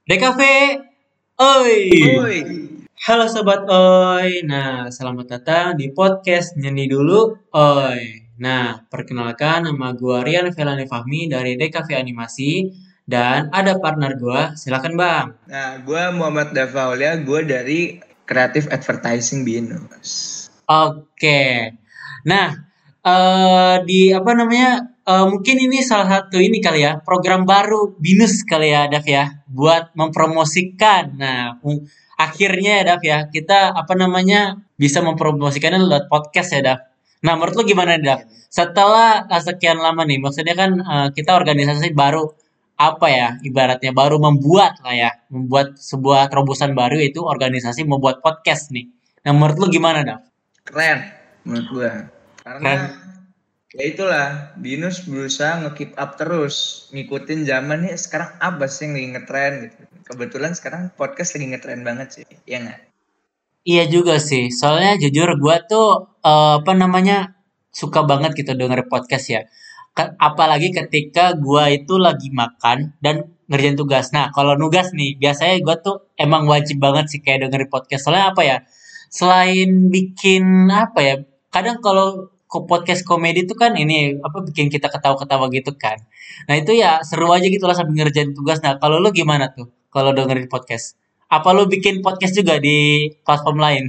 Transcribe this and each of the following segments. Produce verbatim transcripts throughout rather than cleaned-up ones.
D K V, oi. Woi, Halo sobat oi. Nah, selamat datang di podcast Nyeni Dulu oi. Nah, perkenalkan nama gua Rian Felani Fahmi dari D K V Animasi dan ada partner gua. Silakan Bang. nah gue Muhammad Davaulia, gue dari Creative Advertising Binus. Oke. Nah, eh di apa namanya? eh, mungkin ini salah satu ini kali ya, program baru Binus kali ya, Dav ya, buat mempromosikan. Nah, u- akhirnya ya, Dav ya, kita apa namanya bisa mempromosikannya lewat podcast ya, Dav. Nah, menurut lu gimana, Dav? Amin. Setelah eh, sekian lama nih, maksudnya kan eh, kita organisasi baru apa ya, ibaratnya baru membuat lah ya, membuat sebuah terobosan baru yaitu organisasi membuat podcast nih. Nah, menurut lu gimana, Dav? Keren menurut gue. Karena Keren. ya itulah, Binus berusaha nge-keep up terus, ngikutin zaman nih sekarang apa sih yang lagi ngetren gitu. Kebetulan sekarang podcast lagi ngetren banget sih, ya nggak? Iya juga sih. Soalnya jujur gua tuh eh, apa namanya suka banget gitu denger podcast ya. Ke- apalagi ketika gua itu lagi makan dan ngerjain tugas. Nah, kalau nugas nih, biasanya gua tuh emang wajib banget sih kayak dengerin podcast. Soalnya apa ya? Selain bikin apa ya? Kadang kalau ko- podcast komedi tuh kan ini apa bikin kita ketawa-ketawa gitu kan. Nah, itu ya seru aja gitu lah sambil ngerjain tugas. Nah, kalau lu gimana tuh kalau dengerin podcast? Apa lu bikin podcast juga di platform lain?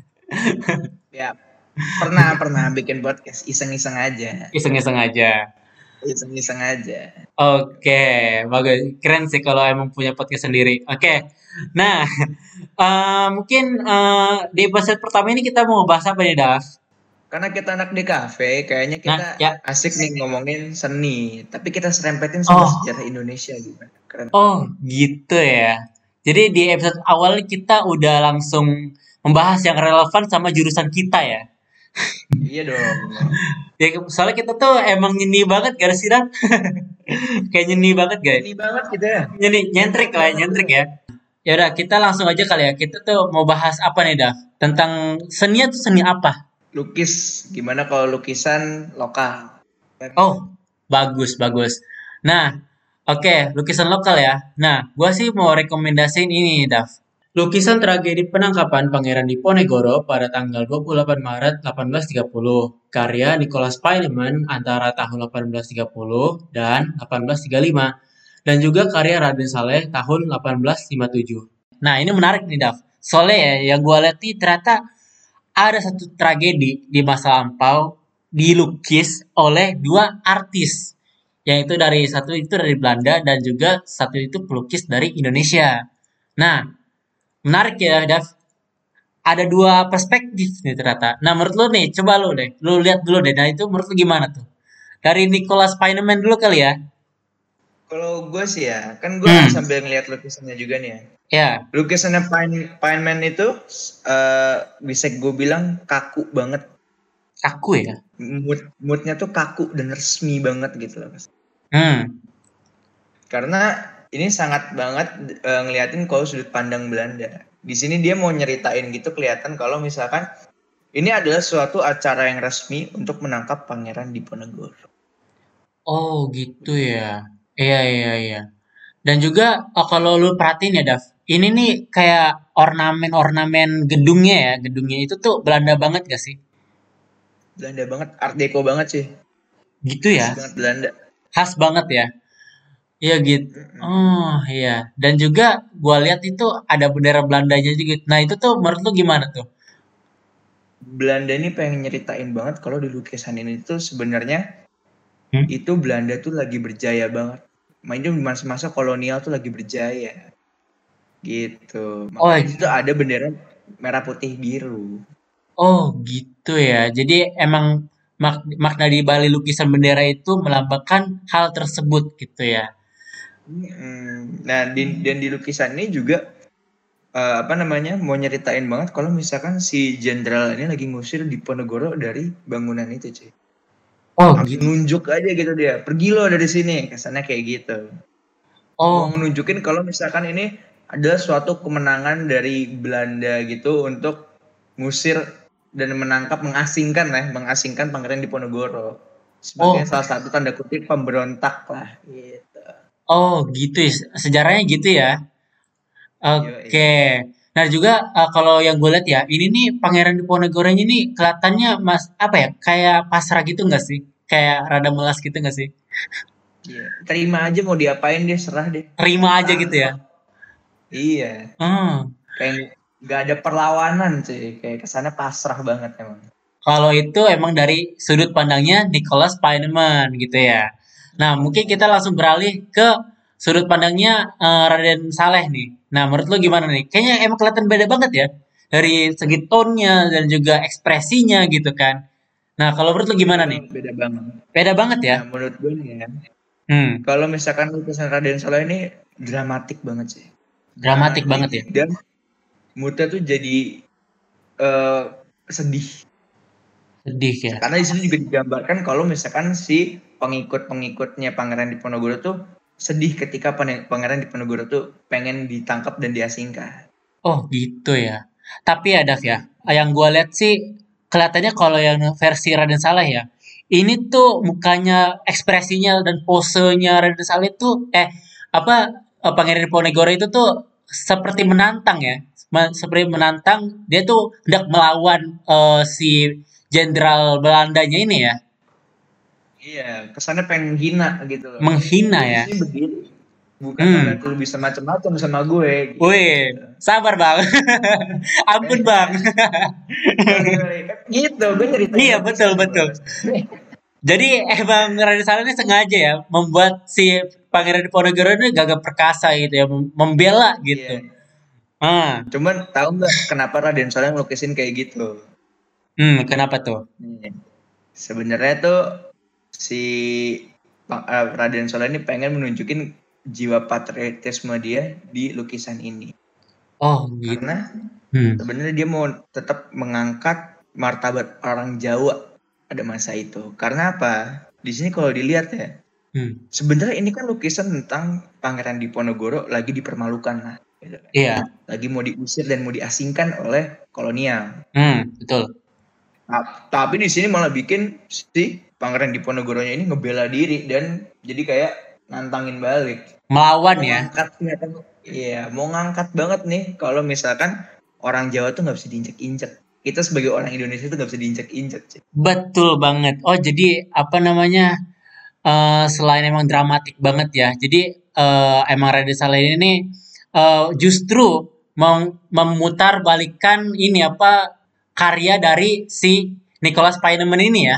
Ya, pernah pernah bikin podcast iseng-iseng aja. Iseng-iseng aja. Iseng-iseng aja. Oke, bagus. Keren sih kalau emang punya podcast sendiri. Oke. Nah, eh, mungkin eh, di episode pertama ini kita mau bahas apa nih, Dav? Karena kita anak di kafe, kayaknya kita Nah, ya. asik nih ngomongin seni. Tapi kita serempetin sama Oh, sejarah Indonesia gimana? Keren. oh gitu ya. Jadi di episode awal kita udah langsung membahas yang relevan sama jurusan kita ya. Iya dong. Ya, soalnya kita tuh emang nyeni banget gak sih, Dav? Kayak nyeni banget gak? Ini banget kita ya. Nyeni, nyentrik Nyentrik lah, banget nyentrik tuh. ya. Ya udah, kita langsung aja kali ya. Kita tuh mau bahas apa nih, Dav? Tentang seni itu seni apa? Lukis. Gimana kalau lukisan lokal? Kan? Oh, bagus, bagus. Nah, oke, lukisan lokal ya. Nah, gua sih mau rekomendasiin ini, Dav. Lukisan tragedi penangkapan Pangeran Diponegoro pada tanggal dua puluh delapan Maret seribu delapan ratus tiga puluh, karya Nicholas Peineman antara tahun seribu delapan ratus tiga puluh dan seribu delapan ratus tiga puluh lima, dan juga karya Raden Saleh tahun seribu delapan ratus lima puluh tujuh. Nah, ini menarik nih, Dav. Soalnya ya, yang gua lihat nih ternyata ada satu tragedi di masa lampau dilukis oleh dua artis. Yang itu dari satu itu dari Belanda dan juga satu itu pelukis dari Indonesia. Nah, menarik ya, Dav. Ada dua perspektif nih ternyata. Nah, menurut lu nih, coba lu deh. Lu lihat dulu deh. Nah, itu menurut lu gimana tuh? Dari Nicholas Peineman dulu kali ya. Kalau gue sih ya, kan gue Hmm, sambil ngeliat lukisannya juga nih ya. ya. Lukisannya Pine, Pineman itu eh bisa gue bilang kaku banget. Aku ya. Mood, moodnya tuh kaku dan resmi banget gitu loh. Mas. Hmm. Karena ini sangat banget eh, ngeliatin kalau sudut pandang Belanda. Di sini dia mau nyeritain gitu kelihatan kalau misalkan ini adalah suatu acara yang resmi untuk menangkap Pangeran Diponegoro. Oh, gitu ya. Iya, iya, iya. Dan juga oh, kalau lu perhatiin ya, Dav, ini nih kayak ornamen-ornamen gedungnya ya, gedungnya itu tuh Belanda banget gak sih? Belanda banget, Art Deco banget sih. Gitu Khas ya, banget Belanda. khas banget ya. Iya gitu. Mm-mm. Oh iya. Dan juga gua lihat itu ada bendera Belandanya juga. Nah itu tuh menurut lu gimana tuh? Belanda ini pengen nyeritain banget kalau di lukisan ini tuh sebenarnya Hmm? itu Belanda tuh lagi berjaya banget. Mainnya di masa-masa kolonial tuh lagi berjaya gitu. Oh, Makanya di situ ada bendera merah putih biru. oh gitu ya. Jadi emang mak- makna di balik lukisan bendera itu melambangkan hal tersebut gitu ya. Mm-mm. Nah, di, dan di lukisan ini juga eh, apa namanya mau nyeritain banget kalau misalkan si jenderal ini lagi ngusir Diponegoro dari bangunan itu, cuy. Oh Langsung gitu. nunjuk aja gitu dia, pergi lo dari sini, kesannya kayak gitu. Mau Oh, nunjukin kalau misalkan ini adalah suatu kemenangan dari Belanda gitu untuk ngusir dan menangkap, mengasingkan lah, mengasingkan Pangeran Diponegoro sebagai oh, salah satu tanda kutip pemberontak lah gitu. oh gitu ya. Sejarahnya gitu ya. Yoi. Oke. Nah juga eh, kalau yang gue lihat ya, ini nih Pangeran Diponegoro ini nih kelihatannya mas apa ya, kayak pasrah gitu nggak sih? Kayak rada melas gitu nggak sih? Iya. Terima aja mau diapain dia serah deh. Terima aja gitu ya. Tangkap. Iya. Hmm. Kayak nggak ada perlawanan sih. Kayak kesannya pasrah banget emang. Kalau itu emang dari sudut pandangnya Nicholas Paineman gitu ya. Nah, mungkin kita langsung beralih ke sudut pandangnya eh, Raden Saleh nih. Nah, menurut lu gimana nih? Kayaknya emang kelihatan beda banget ya dari segi tone-nya dan juga ekspresinya gitu kan. Nah, kalau menurut lu gimana nih? Emang beda banget. Beda banget ya? Nah menurut gue nih ya. Hmm, Kalau misalkan lukisan Raden Saleh ini dramatik banget sih. dramatik banget Dramatik. ya. Dan moodnya tuh jadi eh, sedih. Sedih ya. Karena di sini juga digambarkan kalau misalkan si pengikut-pengikutnya Pangeran Diponegoro tuh sedih ketika Pane- Pangeran Diponegoro tuh pengen ditangkap dan diasingkan. Oh, gitu ya. Tapi ya, Dav ya, yang gua lihat sih kelihatannya kalau yang versi Raden Saleh ya, ini tuh mukanya, ekspresinya dan posenya Raden Saleh tuh eh apa eh, Pangeran Diponegoro itu tuh seperti menantang ya. Me- seperti menantang dia tuh hendak melawan eh, si jenderal Belandanya ini ya, Iya, kesannya pengen hina gitu loh. menghina Lu di ya. sini berdiri bukan karena Hmm. lu bisa macam-macam sama gue Wih, gitu. sabar bang. Ampun bang. Sorry, sorry. Gitu, gue nyeritain Iya betul lukisan betul. bos. Jadi emang Raden Saleh ini sengaja ya membuat si Pangeran Diponegoro ini gagah perkasa gitu ya, mem- membela gitu. Iya. Ah, Cuman tahu nggak kenapa Raden Saleh ngelukisin kayak gitu? hmm, kenapa tuh? Nih, sebenarnya tuh si Pa- eh, Raden Saleh ini pengen menunjukin jiwa patriotisme dia di lukisan ini. Oh gitu. Karena Hmm, sebenarnya dia mau tetap mengangkat martabat orang Jawa pada masa itu. Karena apa? Di sini kalau dilihat ya, hmm. sebenarnya ini kan lukisan tentang Pangeran Diponegoro lagi dipermalukan lah, gitu kan. Iya, Lagi mau diusir dan mau diasingkan oleh kolonial. hmm, betul. Nah, tapi di sini malah bikin si Pangeran Diponegoronya ini ngebela diri dan jadi kayak nantangin balik. Melawan Mau ya. ngangkat ternyata, iya, mau ngangkat banget nih kalau misalkan orang Jawa tuh nggak bisa diinjek-injek. Kita sebagai orang Indonesia tuh nggak bisa diinjek-injek, Cik. Betul banget. Oh jadi apa namanya? eh, selain emang dramatik banget ya. Jadi eh, emang Raden Saleh ini nih, eh, justru mem- memutarbalikkan ini apa karya dari si Nicholas Paineman ini ya.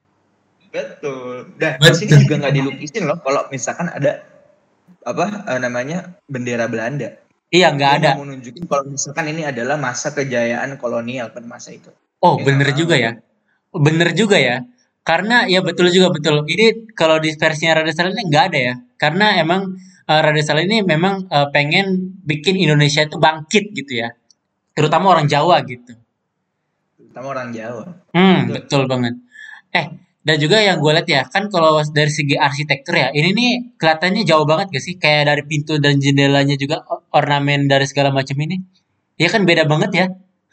Betul. Nah, di sini Betul. juga nggak dilukisin loh kalau misalkan ada apa eh, namanya bendera Belanda. Iya, nggak Dia ada. nggak mau nunjukin kalau misalkan ini adalah masa kejayaan kolonial pada masa itu. Oh, Dia nggak bener mau. juga ya. Bener juga ya. Karena ya betul juga betul. Ini kalau di versinya Raden Saleh ini nggak ada ya. Karena emang eh, Raden Saleh ini memang eh, pengen bikin Indonesia itu bangkit gitu ya. Terutama orang Jawa gitu. Terutama orang Jawa. Hmm, Betul. betul banget. Eh, dan juga yang gue lihat ya, kan kalau dari segi arsitektur ya, ini nih kelihatannya jauh banget gak sih? Kayak dari pintu dan jendelanya juga o- ornamen dari segala macam ini. Ya kan beda banget ya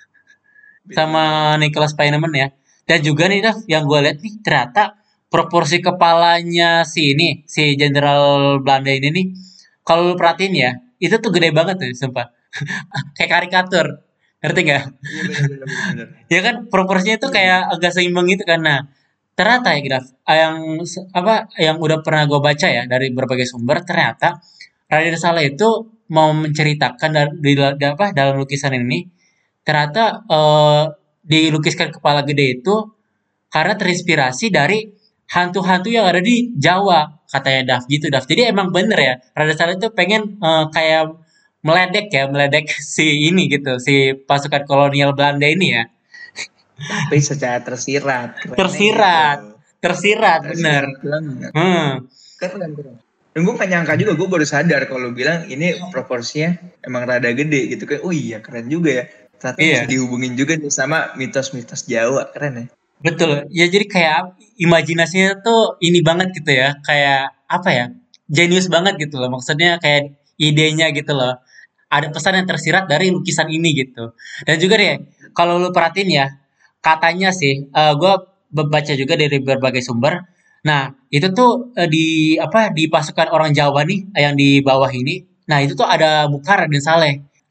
Beda sama banget. Nicholas Paineman ya. Dan juga nih, Dav, yang gue lihat nih ternyata proporsi kepalanya si ini, si Jenderal Belanda ini nih, kalau lu perhatiin ya, itu tuh gede banget tuh, sumpah. Kayak karikatur. Ngerti gak? Iya benar benar benar benar. Ya kan proporsinya itu kayak Iya. agak seimbang gitu kan. Nah, ternyata ya Graf, yang se- apa yang udah pernah gue baca ya dari berbagai sumber, ternyata Raden Saleh itu mau menceritakan dar- di, la- di apa dalam lukisan ini, ternyata eh, dilukiskan kepala gede itu karena terinspirasi dari hantu-hantu yang ada di Jawa, katanya Daf gitu Daf. Jadi emang bener ya, Raden Saleh itu pengen eh, kayak meledek ya, meledek si ini gitu, si pasukan kolonial Belanda ini ya. Tapi secara tersirat, kerennya gitu. Tersirat, tersirat bener. Tersirat banget. Hmm, Keren keren. Dan gue gak nyangka juga, gue baru sadar kalau bilang ini proporsinya emang rada gede gitu kan. Oh iya keren juga ya. Ternyata bisa iya, dihubungin juga nih sama mitos-mitos Jawa, keren ya. betul. Ya jadi kayak imajinasinya tuh ini banget gitu ya, kayak apa ya, jenius banget gitu loh. Maksudnya kayak idenya gitu loh. Ada pesan yang tersirat dari lukisan ini gitu. Dan juga deh, kalau lu perhatiin ya, katanya sih, eh gue baca juga dari berbagai sumber. Nah, itu tuh eh, di apa di pasukan orang Jawa nih, yang di bawah ini. Nah, itu tuh ada muka Raden Saleh.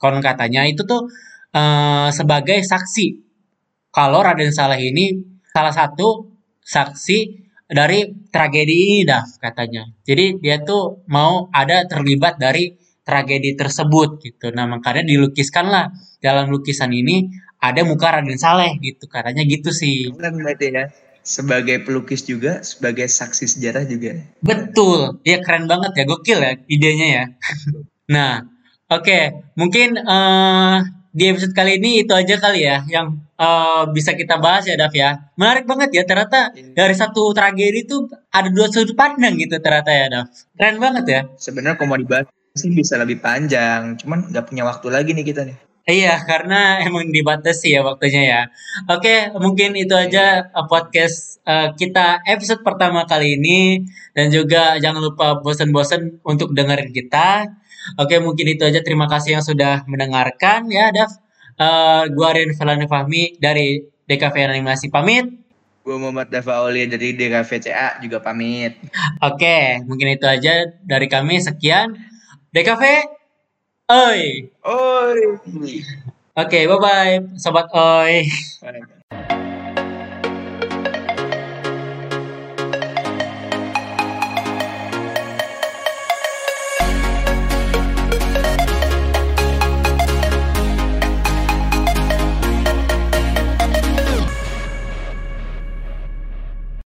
Konon katanya itu tuh eh, sebagai saksi kalau Raden Saleh ini salah satu saksi dari tragedi ini dah katanya. Jadi dia tuh mau ada terlibat dari tragedi tersebut gitu. Nah makanya dilukiskanlah dalam lukisan ini ada muka Raden Saleh gitu katanya gitu sih. Keren berarti ya. Sebagai pelukis juga, sebagai saksi sejarah juga. Betul, ya keren banget ya, gokil ya idenya ya. Nah, oke, mungkin eh, di episode kali ini itu aja kali ya yang eh, bisa kita bahas ya, Dav ya. Menarik banget ya, ternyata dari satu tragedi itu ada dua sudut pandang gitu ternyata ya, Dav. Keren banget ya. Sebenarnya kalau mau dibahas sih bisa lebih panjang, cuman nggak punya waktu lagi nih kita nih. Iya, karena emang dibatasi ya waktunya ya. Oke, mungkin itu aja eh, podcast eh, kita episode pertama kali ini. Dan juga jangan lupa bosan-bosan untuk dengerin kita. Oke, mungkin itu aja. Terima kasih yang sudah mendengarkan ya, Dav. Eh, gua Rian Felani Fahmi dari D K V Animasi pamit. Gue Muhammad Dava Aulia dari D K V C A juga pamit. Oke, mungkin itu aja dari kami. Sekian. D K V, oi. Oi. Oke, bye-bye, Sobat Oi. Bye.